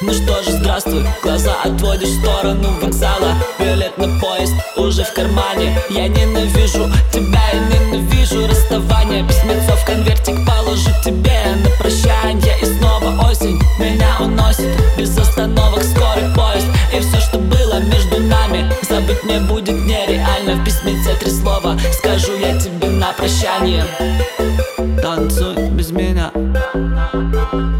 Ну что же, здравствуй, глаза отводишь в сторону вокзала. Билет на поезд уже в кармане. Я ненавижу тебя и ненавижу расставание. Письмецо в конвертик положу тебе на прощанье. И снова осень меня уносит без остановок скорый поезд. И все, что было между нами, забыть мне будет нереально. В письмеце 3 слова скажу я тебе на прощание: танцуй без меня.